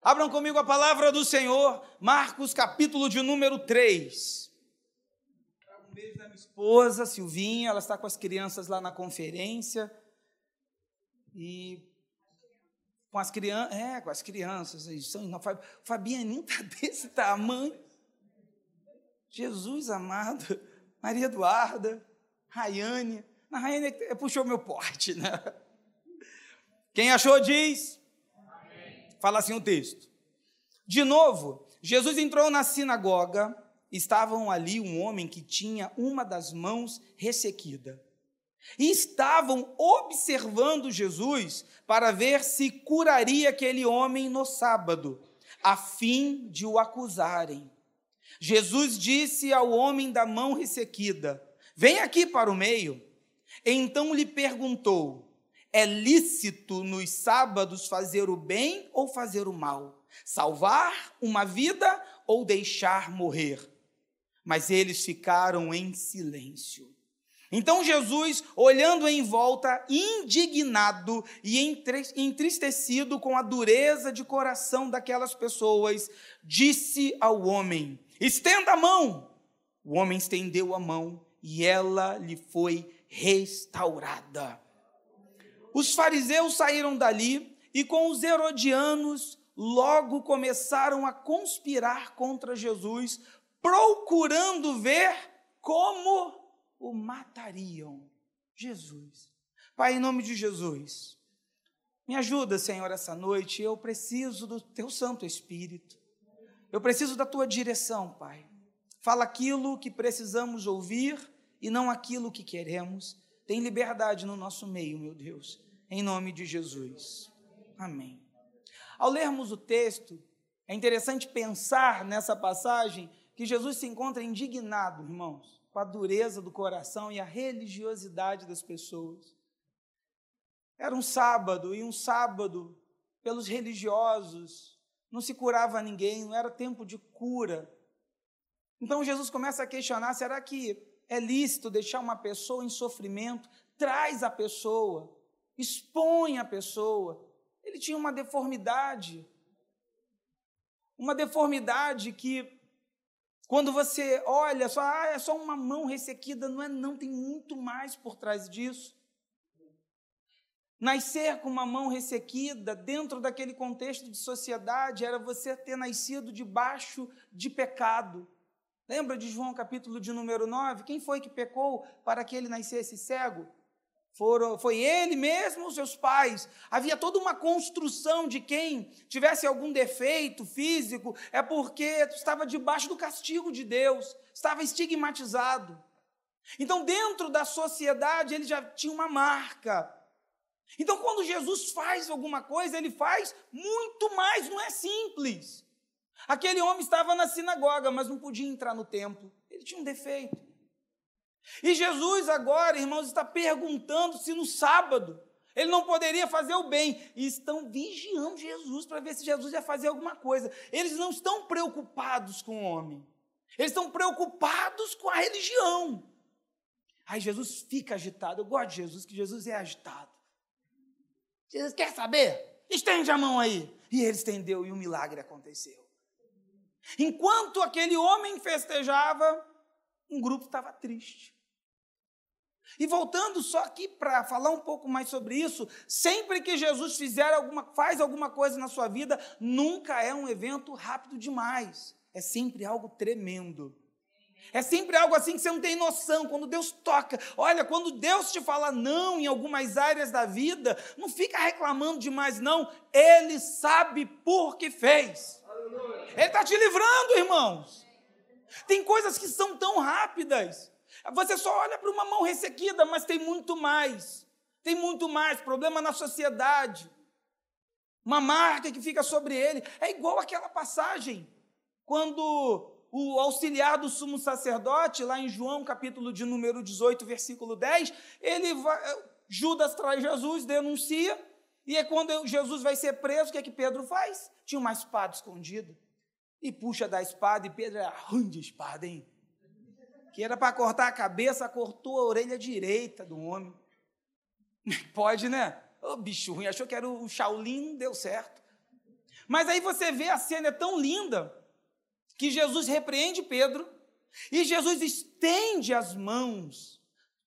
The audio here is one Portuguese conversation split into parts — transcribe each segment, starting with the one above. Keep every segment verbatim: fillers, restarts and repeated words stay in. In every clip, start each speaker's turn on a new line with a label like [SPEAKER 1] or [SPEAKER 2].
[SPEAKER 1] Abram comigo a palavra do Senhor, Marcos, capítulo de número três. Um beijo da minha esposa, Silvinha, ela está com as crianças lá na conferência. E com as crianças, é, com as crianças, o Fabianinho está desse tamanho. Jesus amado, Maria Eduarda, Rayane. Na Rayane puxou meu porte, né? Quem achou diz... Fala assim o texto. De novo, Jesus entrou na sinagoga, estavam ali um homem que tinha uma das mãos ressequida. E estavam observando Jesus para ver se curaria aquele homem no sábado, a fim de o acusarem. Jesus disse ao homem da mão ressequida: vem aqui para o meio. Então lhe perguntou: é lícito nos sábados fazer o bem ou fazer o mal? Salvar uma vida ou deixar morrer? Mas eles ficaram em silêncio. Então Jesus, olhando em volta, indignado e entristecido com a dureza de coração daquelas pessoas, disse ao homem: estenda a mão. O homem estendeu a mão e ela lhe foi restaurada. Os fariseus saíram dali e com os herodianos logo começaram a conspirar contra Jesus, procurando ver como o matariam. Jesus. Pai, em nome de Jesus, me ajuda, Senhor, essa noite. Eu preciso do Teu Santo Espírito. Eu preciso da Tua direção, Pai. Fala aquilo que precisamos ouvir e não aquilo que queremos. Tem liberdade no nosso meio, meu Deus, em nome de Jesus. Amém. Ao lermos o texto, é interessante pensar nessa passagem que Jesus se encontra indignado, irmãos, com a dureza do coração e a religiosidade das pessoas. Era um sábado, e um sábado, pelos religiosos, não se curava ninguém, não era tempo de cura. Então Jesus começa a questionar: será que é lícito deixar uma pessoa em sofrimento? Traz a pessoa, expõe a pessoa. Ele tinha uma deformidade, uma deformidade que, quando você olha, só, ah, é só uma mão ressequida, não é não, tem muito mais por trás disso. Nascer com uma mão ressequida, dentro daquele contexto de sociedade, era você ter nascido debaixo de pecado. Lembra de João capítulo de número nove? Quem foi que pecou para que ele nascesse cego? Foram, foi ele mesmo ou seus pais? Havia toda uma construção de quem tivesse algum defeito físico, é porque estava debaixo do castigo de Deus, estava estigmatizado. Então, dentro da sociedade, ele já tinha uma marca. Então, quando Jesus faz alguma coisa, ele faz muito mais, não é simples. Aquele homem estava na sinagoga, mas não podia entrar no templo. Ele tinha um defeito. E Jesus agora, irmãos, está perguntando se no sábado ele não poderia fazer o bem. E estão vigiando Jesus para ver se Jesus ia fazer alguma coisa. Eles não estão preocupados com o homem. Eles estão preocupados com a religião. Aí Jesus fica agitado. Eu gosto de Jesus, que Jesus é agitado. Jesus quer saber? Estende a mão aí. E ele estendeu e o milagre aconteceu. Enquanto aquele homem festejava, um grupo estava triste. E voltando só aqui para falar um pouco mais sobre isso, sempre que Jesus fizer alguma, faz alguma coisa na sua vida, nunca é um evento rápido demais. É sempre algo tremendo. É sempre algo assim que você não tem noção. Quando Deus toca, olha, quando Deus te fala não em algumas áreas da vida, não fica reclamando demais, não. Ele sabe por que fez. Ele está te livrando, irmãos. Tem coisas que são tão rápidas. Você só olha para uma mão ressequida, mas tem muito mais. Tem muito mais. Problema na sociedade. Uma marca que fica sobre ele. É igual aquela passagem, quando o auxiliar do sumo sacerdote, lá em João, capítulo de número dezoito, versículo dez, ele vai, Judas traz Jesus, denuncia, e é quando Jesus vai ser preso, o que é que Pedro faz? Tinha uma espada escondida, e puxa da espada, e Pedro era ruim de espada, hein? Que era para cortar a cabeça, cortou a orelha direita do homem. Pode, né? Ô, bicho ruim, achou que era o Shaolin, não deu certo. Mas aí você vê, a cena é tão linda, que Jesus repreende Pedro, e Jesus estende as mãos,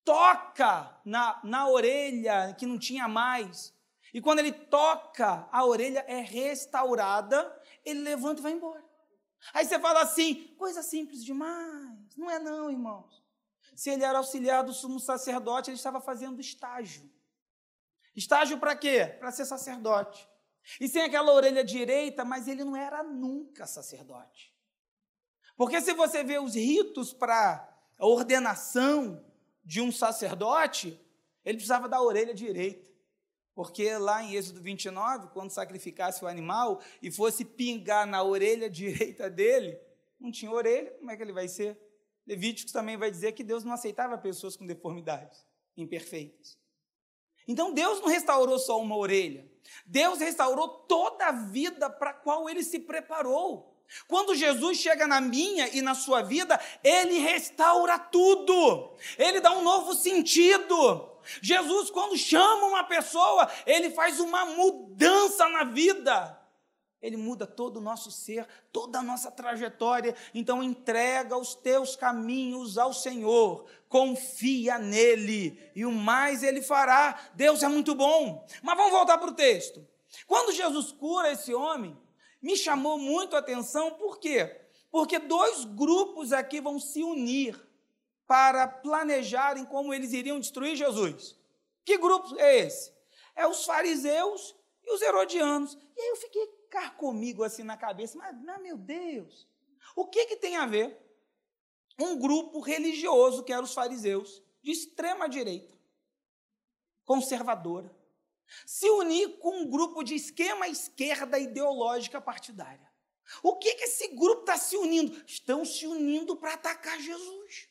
[SPEAKER 1] toca na, na orelha que não tinha mais, e quando ele toca, a orelha é restaurada, ele levanta e vai embora. Aí você fala assim, coisa simples demais. Não é não, irmãos. Se ele era auxiliar do sumo sacerdote, ele estava fazendo estágio. Estágio para quê? Para ser sacerdote. E sem aquela orelha direita, mas ele não era nunca sacerdote. Porque se você vê os ritos para a ordenação de um sacerdote, ele precisava da orelha direita. Porque lá em Êxodo vinte e nove, quando sacrificasse o animal e fosse pingar na orelha direita dele, não tinha orelha, como é que ele vai ser? Levíticos também vai dizer que Deus não aceitava pessoas com deformidades imperfeitas. Então Deus não restaurou só uma orelha, Deus restaurou toda a vida para a qual ele se preparou. Quando Jesus chega na minha e na sua vida, ele restaura tudo, ele dá um novo sentido. Jesus, quando chama uma pessoa, ele faz uma mudança na vida. Ele muda todo o nosso ser, toda a nossa trajetória. Então, entrega os teus caminhos ao Senhor, confia nele, e o mais ele fará. Deus é muito bom. Mas vamos voltar para o texto. Quando Jesus cura esse homem, me chamou muito a atenção, por quê? Porque dois grupos aqui vão se unir para planejarem como eles iriam destruir Jesus. Que grupo é esse? É os fariseus e os herodianos. E aí eu fiquei cá comigo assim na cabeça, mas, mas meu Deus, o que, que tem a ver um grupo religioso, que eram os fariseus, de extrema direita, conservadora, se unir com um grupo de esquema esquerda ideológica partidária? O que, que esse grupo está se unindo? Estão se unindo para atacar Jesus.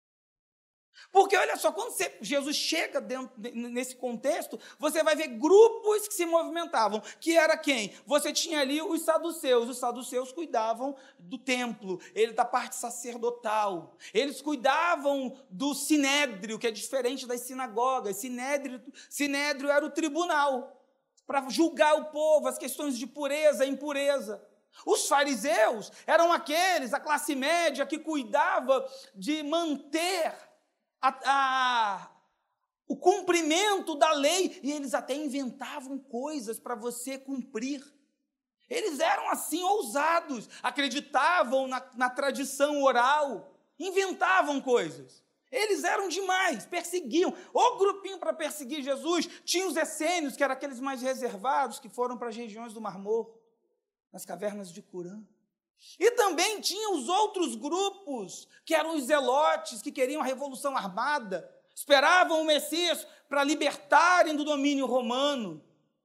[SPEAKER 1] Porque, olha só, quando você, Jesus chega dentro, nesse contexto, você vai ver grupos que se movimentavam, que era quem? Você tinha ali os saduceus, os saduceus cuidavam do templo, ele da parte sacerdotal, eles cuidavam do sinédrio, que é diferente das sinagogas. Sinédrio, sinédrio era o tribunal, para julgar o povo, as questões de pureza e impureza. Os fariseus eram aqueles, a classe média, que cuidava de manter A, a, o cumprimento da lei, e eles até inventavam coisas para você cumprir. Eles eram assim ousados, acreditavam na, na tradição oral, inventavam coisas. Eles eram demais, perseguiam. O grupinho para perseguir Jesus tinha os essênios, que eram aqueles mais reservados, que foram para as regiões do Mar Morto, nas cavernas de Curã. E também tinha os outros grupos, que eram os zelotes, que queriam a revolução armada, esperavam o Messias para libertarem do domínio romano.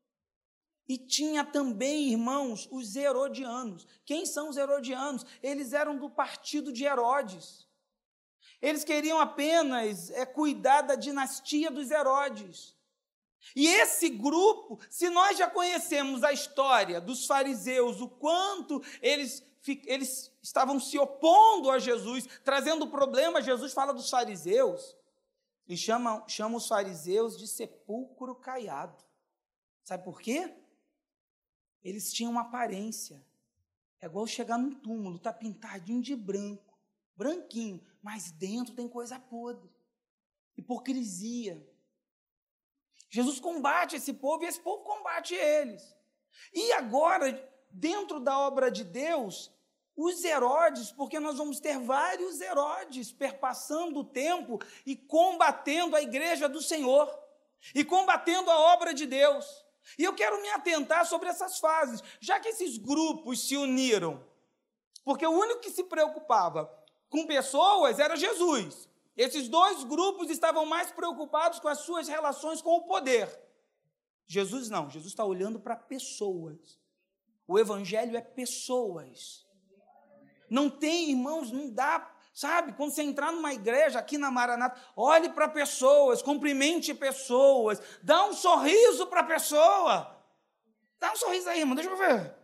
[SPEAKER 1] E tinha também, irmãos, os herodianos. Quem são os herodianos? Eles eram do partido de Herodes. Eles queriam apenas é, cuidar da dinastia dos Herodes. E esse grupo, se nós já conhecemos a história dos fariseus, o quanto eles eles estavam se opondo a Jesus, trazendo problema, Jesus fala dos fariseus, e chama, chama os fariseus de sepulcro caiado. Sabe por quê? Eles tinham uma aparência, é igual chegar num túmulo, está pintadinho de branco, branquinho, mas dentro tem coisa podre, hipocrisia. Jesus combate esse povo, e esse povo combate eles. E agora, dentro da obra de Deus, os Herodes, porque nós vamos ter vários Herodes perpassando o tempo e combatendo a igreja do Senhor, e combatendo a obra de Deus. E eu quero me atentar sobre essas fases, já que esses grupos se uniram, porque o único que se preocupava com pessoas era Jesus. Esses dois grupos estavam mais preocupados com as suas relações com o poder. Jesus não, Jesus está olhando para pessoas. O evangelho é pessoas. Não tem, irmãos, não dá, sabe? Quando você entrar numa igreja aqui na Maranata, olhe para pessoas, cumprimente pessoas, dá um sorriso para a pessoa. Dá um sorriso aí, irmão, deixa eu ver.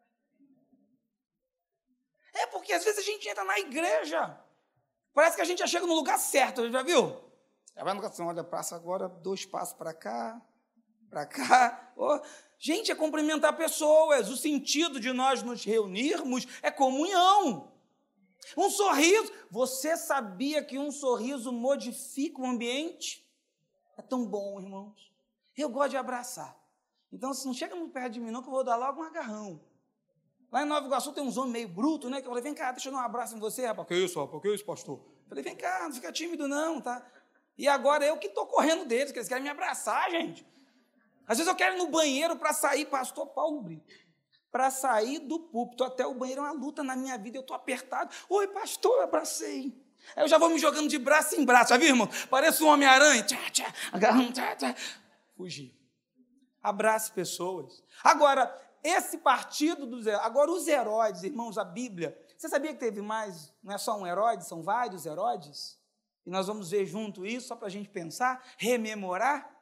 [SPEAKER 1] É porque às vezes a gente entra na igreja, parece que a gente já chega no lugar certo, já viu? Já vai no lugar, olha, passa agora dois passos para cá, para cá. Oh, Gente, é cumprimentar pessoas. O sentido de nós nos reunirmos é comunhão. Um sorriso. Você sabia que um sorriso modifica o ambiente? É tão bom, irmãos. Eu gosto de abraçar. Então, se não chega muito perto de mim, não, que eu vou dar logo um agarrão. Lá em Nova Iguaçu tem uns homens meio brutos, né? Que eu falei, vem cá, deixa eu dar um abraço em você, rapaz. Que isso, rapaz? Que isso, pastor? Eu falei, vem cá, não fica tímido não, tá? E agora eu que estou correndo deles, que eles querem me abraçar, gente. Às vezes eu quero ir no banheiro para sair, pastor Paulo Brito, para sair do púlpito até o banheiro é uma luta na minha vida, eu estou apertado. Oi, pastor, eu abracei. Aí eu já vou me jogando de braço em braço, já viu, irmão? Parece um Homem-Aranha. Tchá, tchá, agarrando, tchá, tchá. Fugir. Abrace pessoas. Agora, esse partido dos heróis, agora os Herodes, irmãos, a Bíblia, você sabia que teve mais, não é só um Herodes, são vários Herodes? E nós vamos ver junto isso, só para a gente pensar, rememorar.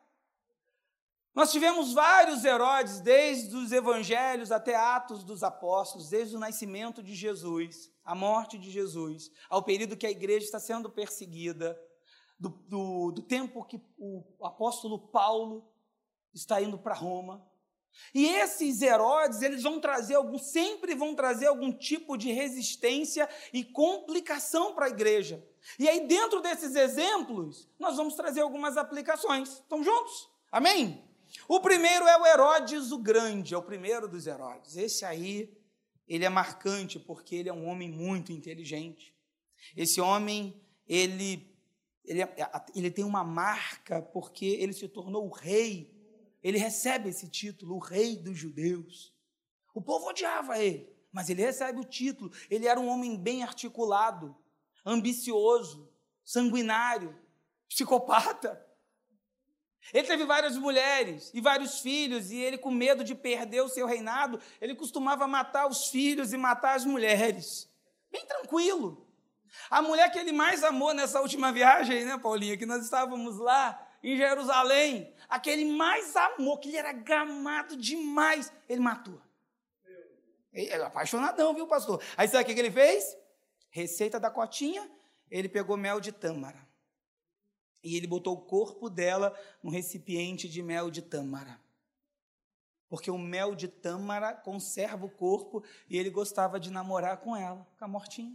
[SPEAKER 1] Nós tivemos vários Herodes, desde os evangelhos até Atos dos Apóstolos, desde o nascimento de Jesus, a morte de Jesus, ao período que a igreja está sendo perseguida, do, do, do tempo que o apóstolo Paulo está indo para Roma. E esses Herodes, eles vão trazer algum, sempre vão trazer algum tipo de resistência e complicação para a igreja. E aí, dentro desses exemplos, nós vamos trazer algumas aplicações. Estão juntos? Amém? O primeiro é o Herodes o Grande, é o primeiro dos Herodes. Esse aí, ele é marcante porque ele é um homem muito inteligente. Esse homem, ele, ele, ele tem uma marca porque ele se tornou o rei. Ele recebe esse título, o rei dos judeus. O povo odiava ele, mas ele recebe o título. Ele era um homem bem articulado, ambicioso, sanguinário, psicopata. Ele teve várias mulheres e vários filhos, e ele, com medo de perder o seu reinado, ele costumava matar os filhos e matar as mulheres. Bem tranquilo. A mulher que ele mais amou nessa última viagem, né, Paulinha, que nós estávamos lá em Jerusalém, a que ele mais amou, que ele era gamado demais, ele matou. Ele é apaixonadão, viu, pastor? Aí sabe o que ele fez? Receita da cotinha, ele pegou mel de tâmara. E ele botou o corpo dela num recipiente de mel de tâmara. Porque o mel de tâmara conserva o corpo e ele gostava de namorar com ela, com a mortinha.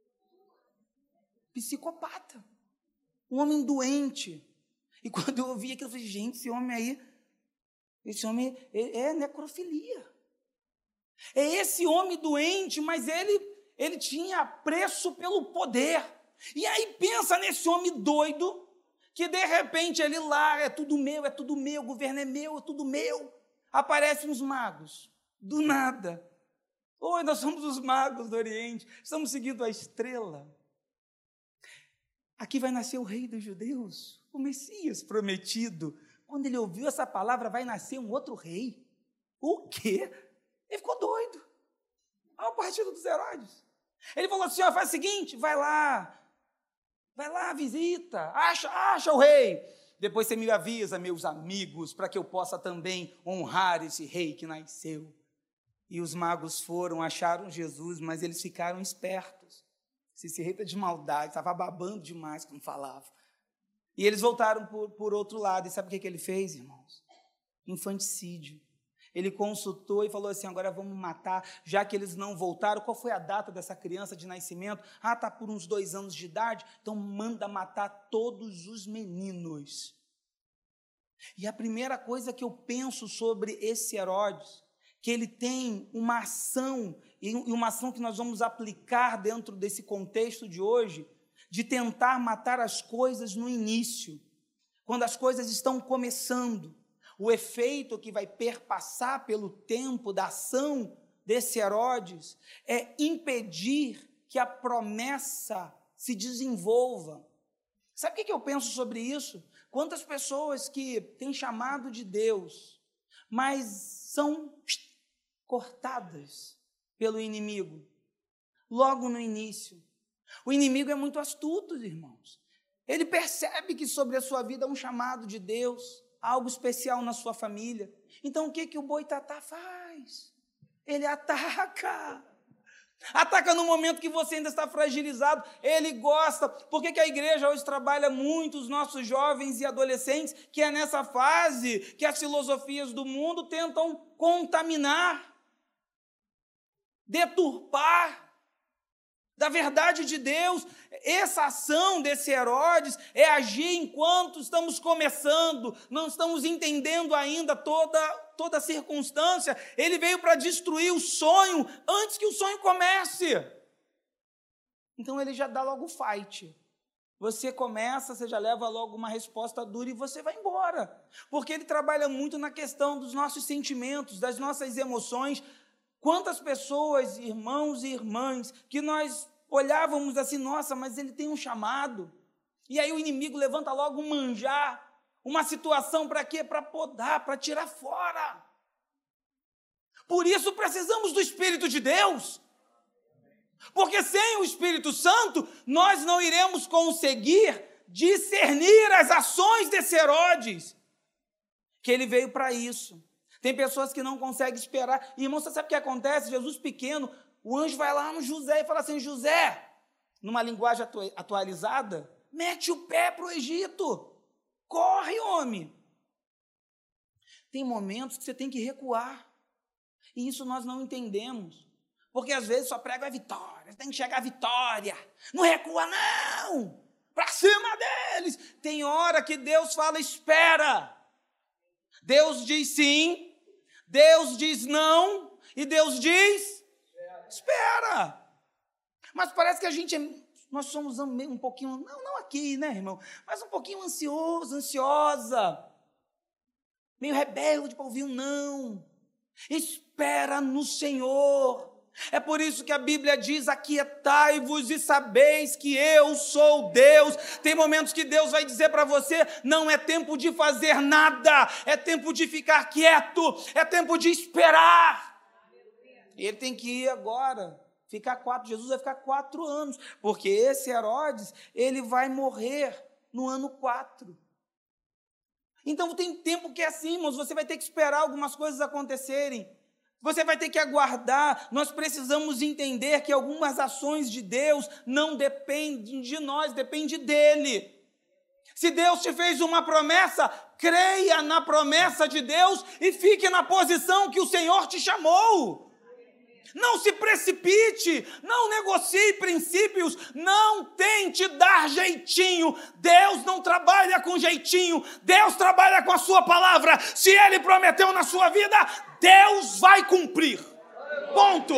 [SPEAKER 1] Psicopata. Um homem doente. E quando eu ouvi aquilo, eu falei, gente, esse homem aí, esse homem é necrofilia. É esse homem doente, mas ele, ele tinha apreço pelo poder. E aí pensa nesse homem doido, que de repente ele lá, é tudo meu, é tudo meu, o governo é meu, é tudo meu. Aparecem uns magos, do nada. Oi, nós somos os magos do Oriente, estamos seguindo a estrela. Aqui vai nascer o rei dos judeus, o Messias prometido. Quando ele ouviu essa palavra, vai nascer um outro rei. O quê? Ele ficou doido. Olha o partido dos Herodes. Ele falou assim, ó, faz o seguinte, vai lá, vai lá, visita, acha, acha o rei. Depois você me avisa, meus amigos, para que eu possa também honrar esse rei que nasceu. E os magos foram, acharam Jesus, mas eles ficaram espertos. Esse rei está de maldade, estava babando demais quando falava. E eles voltaram por, por outro lado. E sabe o que, que ele fez, irmãos? Infanticídio. Ele consultou e falou assim, agora vamos matar, já que eles não voltaram. Qual foi a data dessa criança de nascimento? Ah, está por uns dois anos de idade, então manda matar todos os meninos. E a primeira coisa que eu penso sobre esse Herodes, que ele tem uma ação, e uma ação que nós vamos aplicar dentro desse contexto de hoje, de tentar matar as coisas no início, quando as coisas estão começando. O efeito que vai perpassar pelo tempo da ação desse Herodes é impedir que a promessa se desenvolva. Sabe o que eu penso sobre isso? Quantas pessoas que têm chamado de Deus, mas são cortadas pelo inimigo, logo no início. O inimigo é muito astuto, irmãos. Ele percebe que sobre a sua vida há um chamado de Deus, algo especial na sua família. Então, o que, que o boitatá faz? Ele ataca. Ataca no momento que você ainda está fragilizado. Ele gosta. Por que que a igreja hoje trabalha muito os nossos jovens e adolescentes, que é nessa fase que as filosofias do mundo tentam contaminar, deturpar da verdade de Deus. Essa ação desse Herodes é agir enquanto estamos começando, não estamos entendendo ainda toda, toda a circunstância. Ele veio para destruir o sonho antes que o sonho comece. Então ele já dá logo o fight. Você começa, você já leva logo uma resposta dura e você vai embora. Porque ele trabalha muito na questão dos nossos sentimentos, das nossas emoções. Quantas pessoas, irmãos e irmãs, que nós olhávamos assim, nossa, mas ele tem um chamado. E aí o inimigo levanta logo um manjar, uma situação para quê? Para podar, para tirar fora. Por isso precisamos do Espírito de Deus. Porque sem o Espírito Santo, nós não iremos conseguir discernir as ações desse Herodes, que ele veio para isso. Tem pessoas que não conseguem esperar. Irmão, você sabe o que acontece? Jesus pequeno, o anjo vai lá no José e fala assim, José, numa linguagem atu- atualizada, mete o pé para o Egito. Corre, homem. Tem momentos que você tem que recuar. E isso nós não entendemos. Porque às vezes só prega a vitória. Você tem que chegar à vitória. Não recua, não. Para cima deles. Tem hora que Deus fala, espera. Deus diz sim, Deus diz não, e Deus diz, espera. Mas parece que a gente, é, nós somos um pouquinho, não, não aqui, né, irmão? Mas um pouquinho ansioso, ansiosa, meio rebelde para ouvir um não. Espera no Senhor. É por isso que a Bíblia diz, aquietai-vos e sabeis que eu sou Deus. Tem momentos que Deus vai dizer para você, não é tempo de fazer nada, é tempo de ficar quieto, é tempo de esperar. E ele tem que ir agora, ficar quatro, Jesus vai ficar quatro anos, porque esse Herodes, ele vai morrer no ano quatro. Então tem tempo que é assim, irmãos, você vai ter que esperar algumas coisas acontecerem. Você vai ter que aguardar. Nós precisamos entender que algumas ações de Deus não dependem de nós, dependem dele. Se Deus te fez uma promessa, creia na promessa de Deus e fique na posição que o Senhor te chamou. Não se precipite, não negocie princípios, não tente dar jeitinho. Deus não trabalha com jeitinho, Deus trabalha com a sua palavra. Se Ele prometeu na sua vida, Deus vai cumprir. Ponto.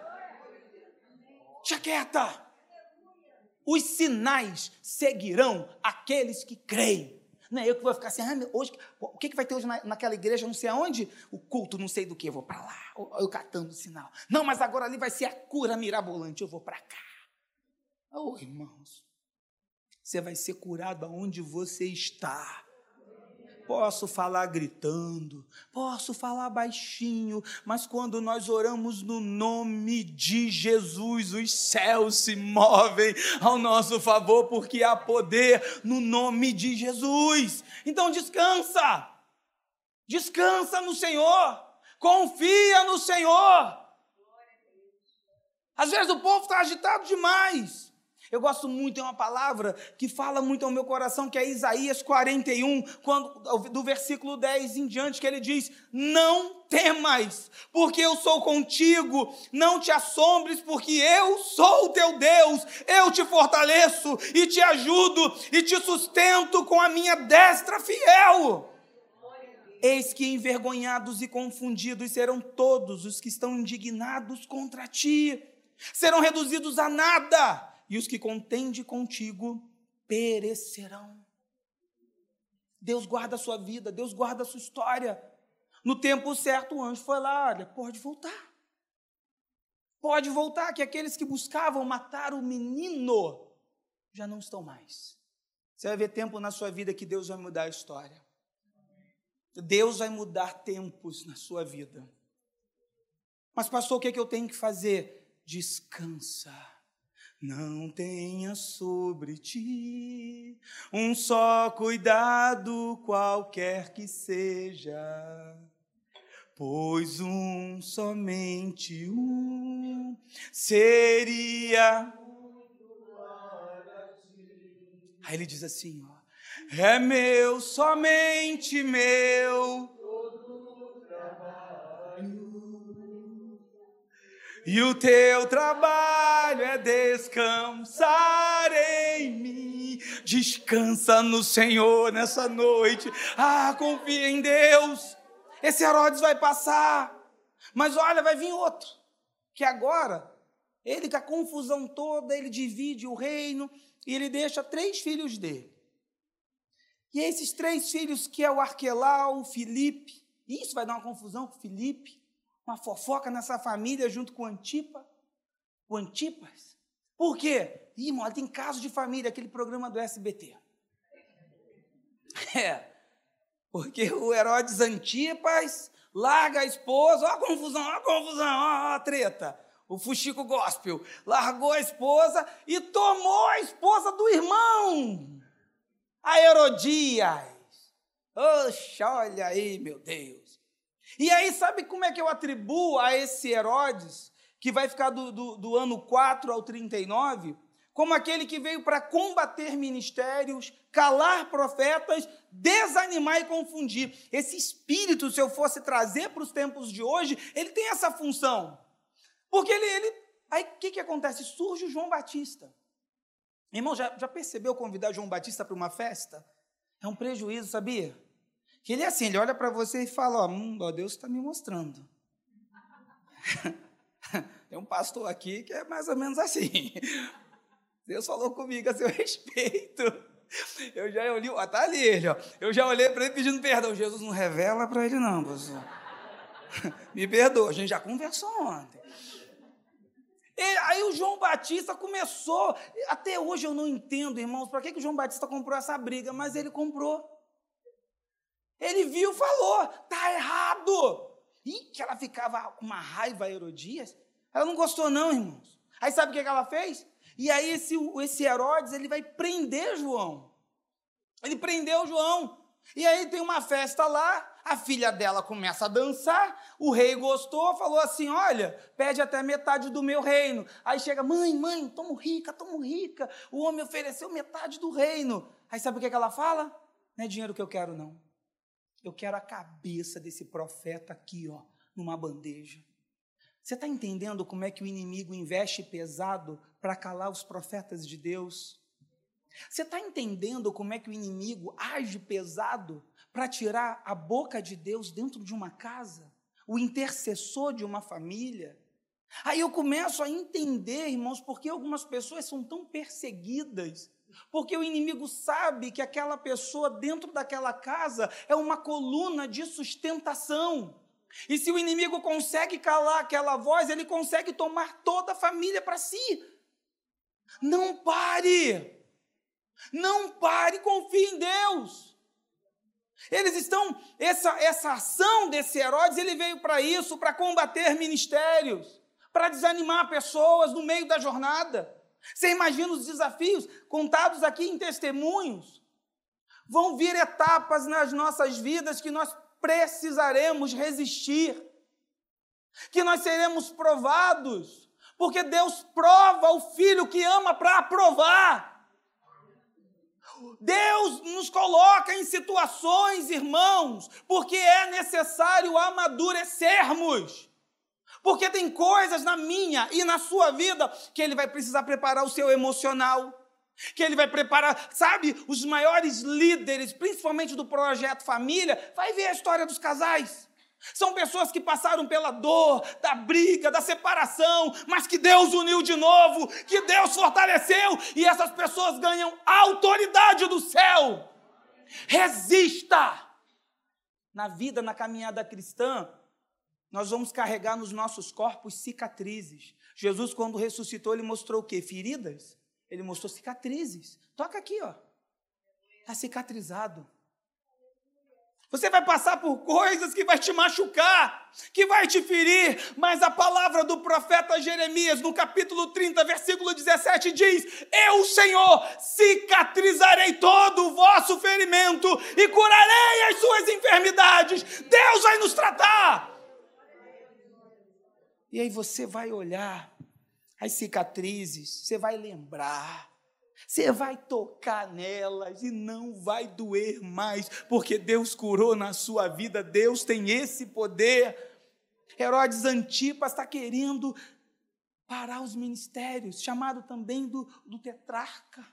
[SPEAKER 1] Deixa quieta. Os sinais seguirão aqueles que creem. Não é eu que vou ficar assim, ah, hoje, o que, que vai ter hoje na, naquela igreja, não sei aonde? O culto, não sei do que, eu vou para lá, eu, eu catando o sinal. Não, mas agora ali vai ser a cura mirabolante, eu vou para cá. Oh, irmãos, você vai ser curado aonde você está. Posso falar gritando, posso falar baixinho, mas quando nós oramos no nome de Jesus, os céus se movem ao nosso favor, porque há poder no nome de Jesus. Então descansa, descansa no Senhor, confia no Senhor. Às vezes o povo está agitado demais. Eu gosto muito, tem uma palavra que fala muito ao meu coração, que é Isaías quarenta e um, quando, do versículo dez em diante, que ele diz, não temas, porque eu sou contigo, não te assombres, porque eu sou o teu Deus, eu te fortaleço e te ajudo e te sustento com a minha destra fiel. Eis que envergonhados e confundidos serão todos os que estão indignados contra ti, serão reduzidos a nada, e os que contendem contigo perecerão. Deus guarda a sua vida, Deus guarda a sua história. No tempo certo, o anjo foi lá, olha, pode voltar. Pode voltar, que aqueles que buscavam matar o menino já não estão mais. Você vai ver tempo na sua vida que Deus vai mudar a história. Deus vai mudar tempos na sua vida. Mas pastor, o que é que eu tenho que fazer? Descansa. Não tenha sobre ti um só cuidado, qualquer que seja, pois um, somente um, seria. Aí ele diz assim, ó, é meu, somente meu, e o teu trabalho é descansar em mim. Descansa no Senhor nessa noite. Ah, confia em Deus. Esse Herodes vai passar. Mas olha, vai vir outro. Que agora, ele com a confusão toda, ele divide o reino e ele deixa três filhos dele. E esses três filhos, que é o Arquelau, o Filipe, isso vai dar uma confusão com o Filipe. Uma fofoca nessa família junto com o Antipa, o Antipas. Por quê? Ih, irmão, tem caso de família, aquele programa do S B T. É, porque o Herodes Antipas larga a esposa, ó a confusão, ó a confusão, ó a treta. O Fuxico Gospel largou a esposa e tomou a esposa do irmão, a Herodias. Oxa, olha aí, meu Deus. E aí, sabe como é que eu atribuo a esse Herodes, que vai ficar do, do, do ano quatro ao trinta e nove, como aquele que veio para combater ministérios, calar profetas, desanimar e confundir. Esse espírito, se eu fosse trazer para os tempos de hoje, ele tem essa função. Porque ele... ele aí, o que, que acontece? Surge o João Batista. Irmão, já, já percebeu convidar João Batista para uma festa? É um prejuízo, sabia? Que ele é assim, ele olha para você e fala, ó, hum, ó, Deus está me mostrando. Tem um pastor aqui que é mais ou menos assim. Deus falou comigo a seu respeito. Eu já olhei, ó, tá ali ele, ó. Eu já olhei para ele pedindo perdão. Jesus não revela para ele não, pastor. Me perdoa, a gente já conversou ontem. E aí o João Batista começou, até hoje eu não entendo, irmãos, para que, que o João Batista comprou essa briga, mas ele comprou. Ele viu, falou, tá errado. Ih, que ela ficava com uma raiva a Herodias. Ela não gostou não, irmãos. Aí sabe o que ela fez? E aí esse, esse Herodes, ele vai prender João. Ele prendeu João. E aí tem uma festa lá, a filha dela começa a dançar, o rei gostou, falou assim, olha, pede até metade do meu reino. Aí chega, mãe, mãe, tomo rica, tomo rica. O homem ofereceu metade do reino. Aí sabe o que ela fala? Não é dinheiro que eu quero, não. Eu quero a cabeça desse profeta aqui, ó, numa bandeja. Você está entendendo como é que o inimigo investe pesado para calar os profetas de Deus? Você está entendendo como é que o inimigo age pesado para tirar a boca de Deus dentro de uma casa? O intercessor de uma família? Aí eu começo a entender, irmãos, porque algumas pessoas são tão perseguidas. Porque o inimigo sabe que aquela pessoa dentro daquela casa é uma coluna de sustentação. E se o inimigo consegue calar aquela voz, ele consegue tomar toda a família para si. Não pare! Não pare, confie em Deus. Eles estão, essa, essa ação desse Herodes, ele veio para isso, para combater ministérios, para desanimar pessoas no meio da jornada. Você imagina os desafios contados aqui em testemunhos? Vão vir etapas nas nossas vidas que nós precisaremos resistir, que nós seremos provados, porque Deus prova o filho que ama para aprovar. Deus nos coloca em situações, irmãos, porque é necessário amadurecermos. Porque tem coisas na minha e na sua vida que Ele vai precisar preparar o seu emocional, que Ele vai preparar, sabe, os maiores líderes, principalmente do projeto família, vai ver a história dos casais. São pessoas que passaram pela dor, da briga, da separação, mas que Deus uniu de novo, que Deus fortaleceu, e essas pessoas ganham autoridade do céu. Resista! Na vida, na caminhada cristã, nós vamos carregar nos nossos corpos cicatrizes. Jesus, quando ressuscitou, Ele mostrou o quê? Feridas? Ele mostrou cicatrizes. Toca aqui, ó. Está cicatrizado. Você vai passar por coisas que vai te machucar, que vai te ferir, mas a palavra do profeta Jeremias, no capítulo trinta, versículo dezessete, diz: eu, Senhor, cicatrizarei todo o vosso ferimento e curarei as suas enfermidades. Deus vai nos tratar. E aí você vai olhar as cicatrizes, você vai lembrar, você vai tocar nelas e não vai doer mais, porque Deus curou na sua vida, Deus tem esse poder. Herodes Antipas está querendo parar os ministérios, chamado também do, do tetrarca.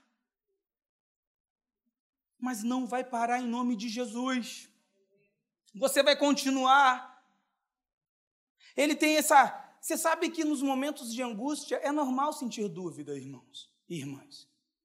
[SPEAKER 1] Mas não vai parar em nome de Jesus. Você vai continuar. Ele tem essa... Você sabe que nos momentos de angústia é normal sentir dúvida, irmãos e irmãs.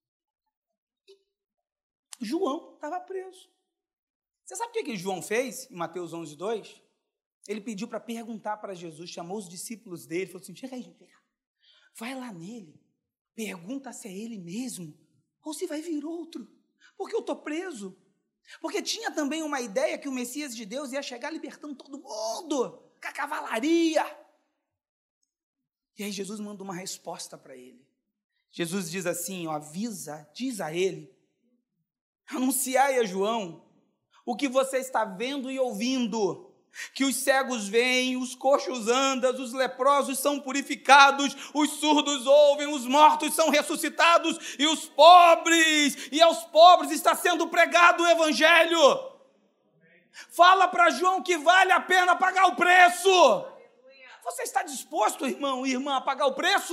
[SPEAKER 1] João estava preso. Você sabe o que, que João fez em Mateus onze, dois? Ele pediu para perguntar para Jesus, chamou os discípulos dele, falou assim, chega aí, gente, vai lá nele, pergunta se é ele mesmo ou se vai vir outro, porque eu estou preso. Porque tinha também uma ideia que o Messias de Deus ia chegar libertando todo mundo, com a cavalaria. E aí Jesus manda uma resposta para ele. Jesus diz assim, ó, avisa, diz a ele, anunciai a João o que você está vendo e ouvindo, que os cegos veem, os coxos andam, os leprosos são purificados, os surdos ouvem, os mortos são ressuscitados, e os pobres, e aos pobres está sendo pregado o evangelho. Fala para João que vale a pena pagar o preço. Você está disposto, irmão e irmã, a pagar o preço?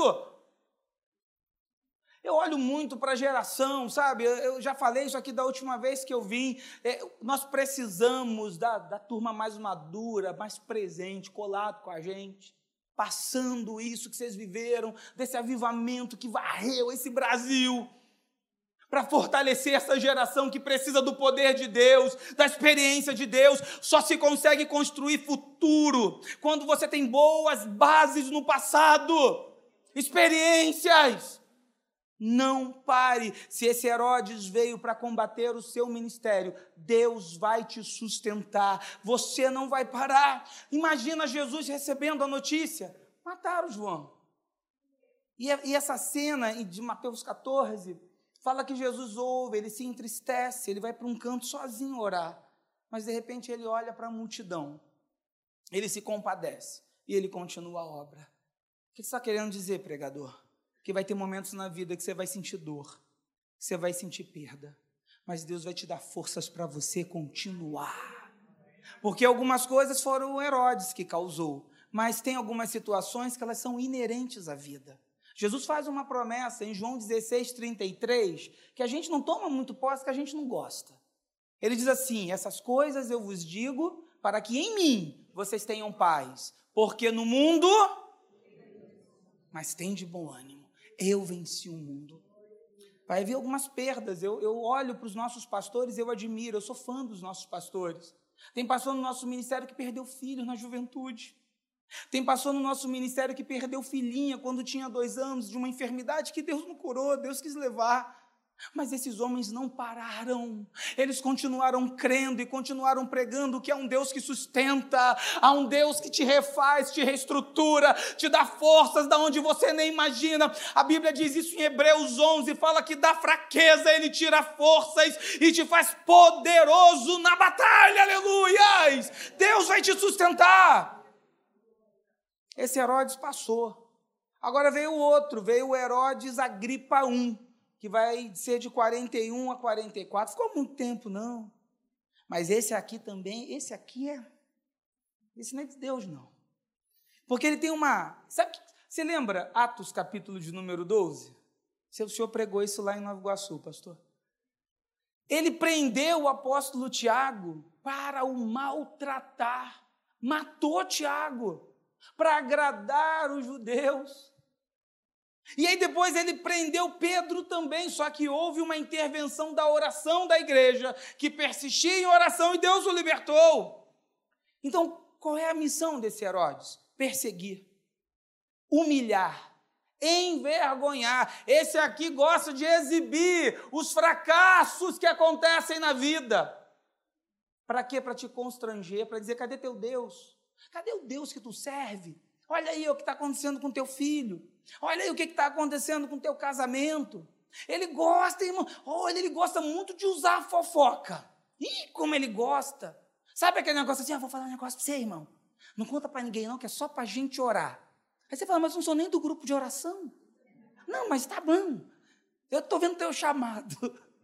[SPEAKER 1] Eu olho muito para a geração, sabe? Eu já falei isso aqui da última vez que eu vim. É, nós precisamos da, da turma mais madura, mais presente, colado com a gente, passando isso que vocês viveram, desse avivamento que varreu esse Brasil, para fortalecer essa geração que precisa do poder de Deus, da experiência de Deus. Só se consegue construir futuro quando você tem boas bases no passado, experiências. Não pare. Se esse Herodes veio para combater o seu ministério, Deus vai te sustentar. Você não vai parar. Imagina Jesus recebendo a notícia. Mataram João. E, e essa cena de Mateus catorze fala que Jesus ouve, ele se entristece, ele vai para um canto sozinho orar. Mas de repente ele olha para a multidão. Ele se compadece e ele continua a obra. O que você está querendo dizer, pregador? Que vai ter momentos na vida que você vai sentir dor, que você vai sentir perda, mas Deus vai te dar forças para você continuar, porque algumas coisas foram o Herodes que causou, mas tem algumas situações que elas são inerentes à vida. Jesus faz uma promessa em João dezesseis, trinta e três, que a gente não toma muito posse, que a gente não gosta. Ele diz assim, essas coisas eu vos digo para que em mim vocês tenham paz, porque no mundo, mas tem de bom ânimo. Eu venci o mundo. Vai haver algumas perdas. Eu, eu olho para os nossos pastores, eu admiro, eu sou fã dos nossos pastores. Tem pastor no nosso ministério que perdeu filho na juventude. Tem pastor no nosso ministério que perdeu filhinha quando tinha dois anos, de uma enfermidade que Deus não curou, Deus quis levar. Mas esses homens não pararam, eles continuaram crendo e continuaram pregando que há um Deus que sustenta, há um Deus que te refaz, te reestrutura, te dá forças da onde você nem imagina. A Bíblia diz isso em Hebreus onze, fala que da fraqueza Ele tira forças e te faz poderoso na batalha, aleluias! Deus vai te sustentar. Esse Herodes passou, agora veio o outro, veio o Herodes Agripa I, que vai ser de quarenta e um a quarenta e quatro, ficou muito tempo não, mas esse aqui também, esse aqui é, esse não é de Deus não, porque ele tem uma, sabe, você lembra Atos capítulo de número doze? O senhor pregou isso lá em Nova Iguaçu, pastor. Ele prendeu o apóstolo Tiago para o maltratar, matou Tiago, para agradar os judeus. E aí depois ele prendeu Pedro também, só que houve uma intervenção da oração da igreja, que persistia em oração e Deus o libertou. Então, qual é a missão desse Herodes? Perseguir, humilhar, envergonhar. Esse aqui gosta de exibir os fracassos que acontecem na vida. Para quê? Para te constranger, para dizer, cadê teu Deus? Cadê o Deus que tu serve? Olha aí o que está acontecendo com teu filho. Olha aí o que está acontecendo com teu casamento. Ele gosta, irmão, olha, ele gosta muito de usar a fofoca. Ih, como ele gosta. Sabe aquele negócio assim, ah, vou falar um negócio para você, irmão. Não conta para ninguém não, que é só para a gente orar. Aí você fala, mas não sou nem do grupo de oração. Não, mas tá bom. Eu estou vendo teu chamado.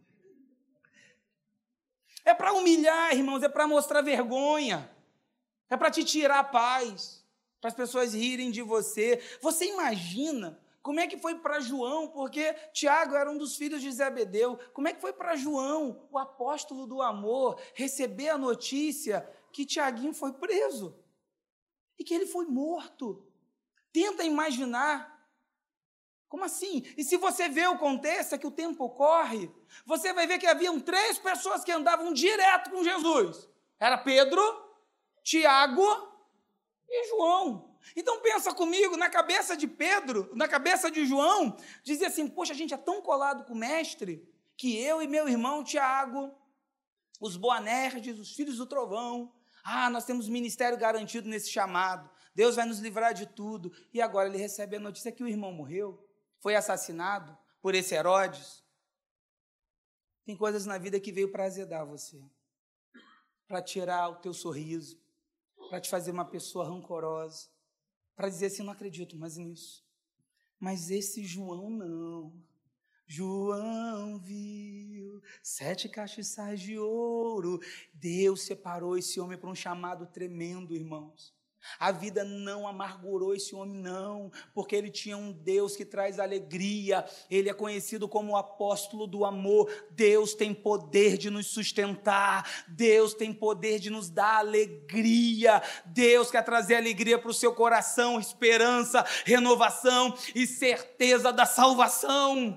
[SPEAKER 1] É para humilhar, irmãos, é para mostrar vergonha. É para te tirar a paz, para as pessoas rirem de você. Você imagina como é que foi para João, porque Tiago era um dos filhos de Zebedeu, como é que foi para João, o apóstolo do amor, receber a notícia que Tiaguinho foi preso e que ele foi morto? Tenta imaginar. Como assim? E se você vê o contexto, é que o tempo corre, você vai ver que haviam três pessoas que andavam direto com Jesus. Era Pedro, Tiago e João. Então pensa comigo, na cabeça de Pedro, na cabeça de João, dizia assim, poxa, a gente é tão colado com o mestre, que eu e meu irmão Tiago, os Boanerges, os filhos do trovão, ah, nós temos ministério garantido nesse chamado, Deus vai nos livrar de tudo. E agora ele recebe a notícia que o irmão morreu, foi assassinado por esse Herodes. Tem coisas na vida que veio para azedar você, para tirar o teu sorriso, para te fazer uma pessoa rancorosa, para dizer assim, não acredito mais nisso. Mas esse João não. João viu sete castiçais de ouro. Deus separou esse homem para um chamado tremendo, irmãos. A vida não amargurou esse homem, não, porque ele tinha um Deus que traz alegria. Ele é conhecido como o apóstolo do amor. Deus tem poder de nos sustentar, Deus tem poder de nos dar alegria. Deus quer trazer alegria para o seu coração, esperança, renovação e certeza da salvação.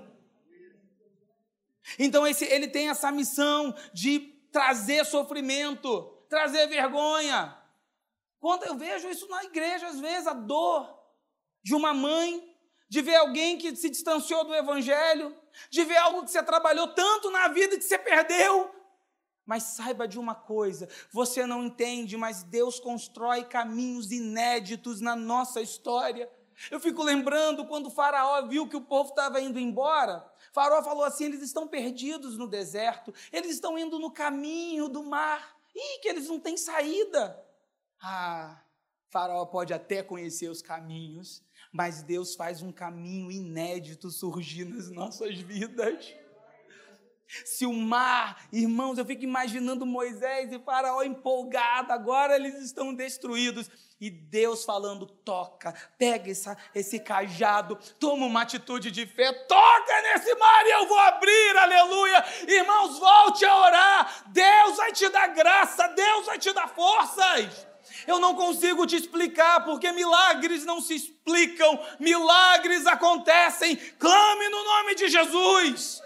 [SPEAKER 1] Então esse, ele tem essa missão de trazer sofrimento, trazer vergonha. Quando eu vejo isso na igreja, às vezes, a dor de uma mãe, de ver alguém que se distanciou do evangelho, de ver algo que você trabalhou tanto na vida que você perdeu. Mas saiba de uma coisa, você não entende, mas Deus constrói caminhos inéditos na nossa história. Eu fico lembrando quando o faraó viu que o povo estava indo embora, o faraó falou assim, eles estão perdidos no deserto, eles estão indo no caminho do mar, e que eles não têm saída. Ah, faraó pode até conhecer os caminhos, mas Deus faz um caminho inédito surgir nas nossas vidas. Se o mar, irmãos, eu fico imaginando Moisés e faraó empolgado, agora eles estão destruídos. E Deus falando, toca, pega essa, esse cajado, toma uma atitude de fé, toca nesse mar e eu vou abrir, aleluia. Irmãos, volte a orar, Deus vai te dar graça, Deus vai te dar forças. Eu não consigo te explicar, porque milagres não se explicam, milagres acontecem, clame no nome de Jesus.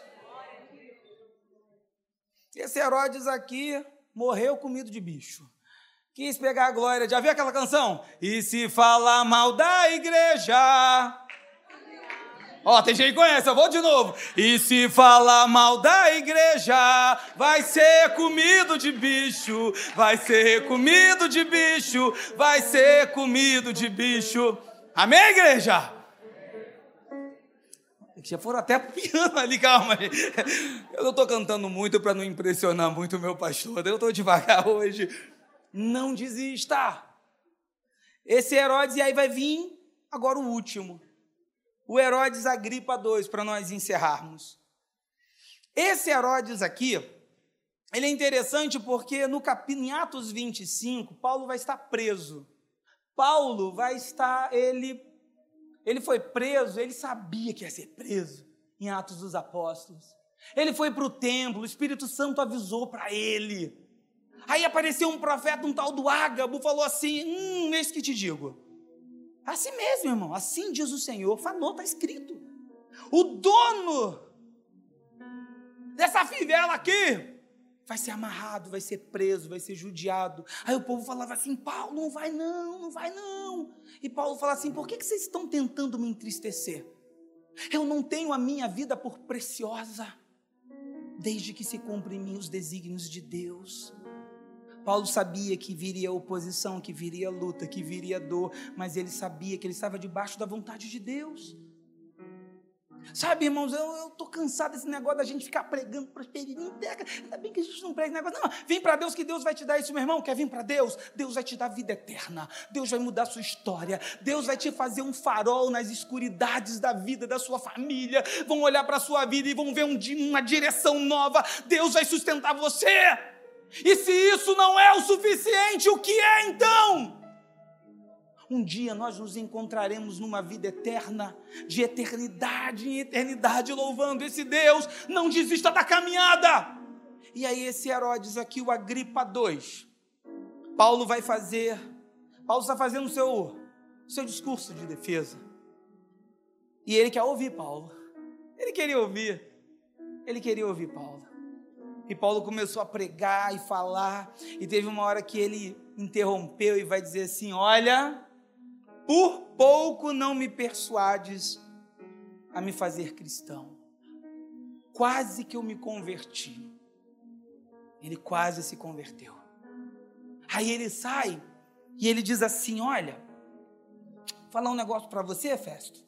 [SPEAKER 1] Esse Herodes aqui morreu comido de bicho. Quis pegar a glória. Já viu aquela canção? E se falar mal da igreja... Ó, tem gente que conhece, eu vou de novo. E se falar mal da igreja, vai ser comido de bicho, vai ser comido de bicho, vai ser comido de bicho. Amém, igreja? Já foram até pro piano ali, calma, gente. Eu não estou cantando muito para não impressionar muito o meu pastor, eu estou devagar hoje. Não desista. Esse Herodes, e aí vai vir agora o último. O Herodes Agripa dois, para nós encerrarmos. Esse Herodes aqui, ele é interessante porque no capítulo, em Atos vinte e cinco, Paulo vai estar preso. Paulo vai estar, ele, ele foi preso, ele sabia que ia ser preso em Atos dos Apóstolos. Ele foi para o templo, o Espírito Santo avisou para ele. Aí apareceu um profeta, um tal do Ágabo, falou assim, hum, eis que te digo. Assim mesmo, irmão, assim diz o Senhor, falou, está escrito. O dono dessa fivela aqui vai ser amarrado, vai ser preso, vai ser judiado. Aí o povo falava assim, Paulo, não vai não, não vai não. E Paulo fala assim, por que que vocês estão tentando me entristecer? Eu não tenho a minha vida por preciosa, desde que se cumpram em mim os desígnios de Deus. Paulo sabia que viria oposição, que viria luta, que viria dor, mas ele sabia que ele estava debaixo da vontade de Deus. Sabe, irmãos, eu estou cansado desse negócio da gente ficar pregando prosperidade. Ainda bem que a gente não prega esse negócio. Não, vem para Deus que Deus vai te dar isso, meu irmão. Quer vir para Deus? Deus vai te dar vida eterna. Deus vai mudar a sua história. Deus vai te fazer um farol nas escuridades da vida da sua família. Vão olhar para a sua vida e vão ver um, uma direção nova. Deus vai sustentar você. E se isso não é o suficiente, o que é então? Um dia nós nos encontraremos numa vida eterna, de eternidade em eternidade, louvando esse Deus. Não desista da caminhada. E aí esse Herodes aqui, o Agripa dois, Paulo vai fazer, Paulo está fazendo o seu, seu discurso de defesa. E ele quer ouvir Paulo. Ele queria ouvir. Ele queria ouvir Paulo. E Paulo começou a pregar e falar. E teve uma hora que ele interrompeu e vai dizer assim: olha, por pouco não me persuades a me fazer cristão. Quase que eu me converti. Ele quase se converteu. Aí ele sai e ele diz assim: olha, vou falar um negócio para você, Festo.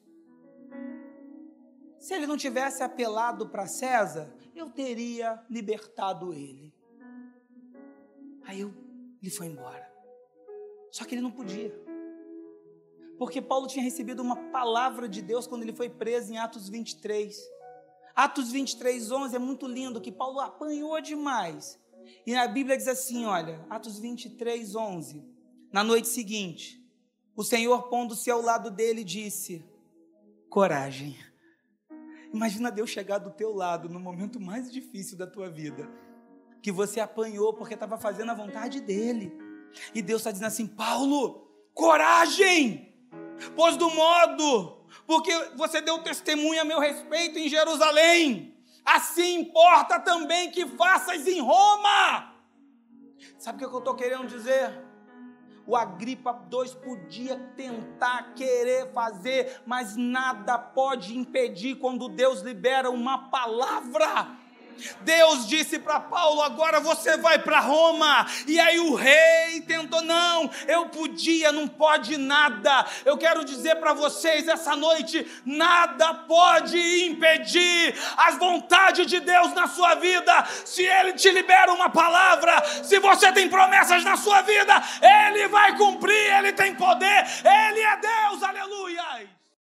[SPEAKER 1] Se ele não tivesse apelado para César, eu teria libertado ele. Aí eu, ele foi embora. Só que ele não podia. Porque Paulo tinha recebido uma palavra de Deus quando ele foi preso em Atos vinte e três. Atos vinte e três, onze é muito lindo, que Paulo apanhou demais. E a Bíblia diz assim, olha, Atos vinte e três, onze. Na noite seguinte, o Senhor, pondo-se ao lado dele, disse: coragem. Imagina Deus chegar do teu lado no momento mais difícil da tua vida, que você apanhou porque estava fazendo a vontade dele. E Deus está dizendo assim: Paulo, coragem! Pois do modo, porque você deu testemunho a meu respeito em Jerusalém, assim importa também que faças em Roma. Sabe o que eu estou querendo dizer? O Agripa dois podia tentar, querer fazer, mas nada pode impedir quando Deus libera uma palavra. Deus disse para Paulo: agora você vai para Roma. E aí o rei tentou: não, eu podia, não pode nada. Eu quero dizer para vocês essa noite: nada pode impedir as vontades de Deus na sua vida. Se Ele te libera uma palavra, se você tem promessas na sua vida, Ele vai cumprir, Ele tem poder.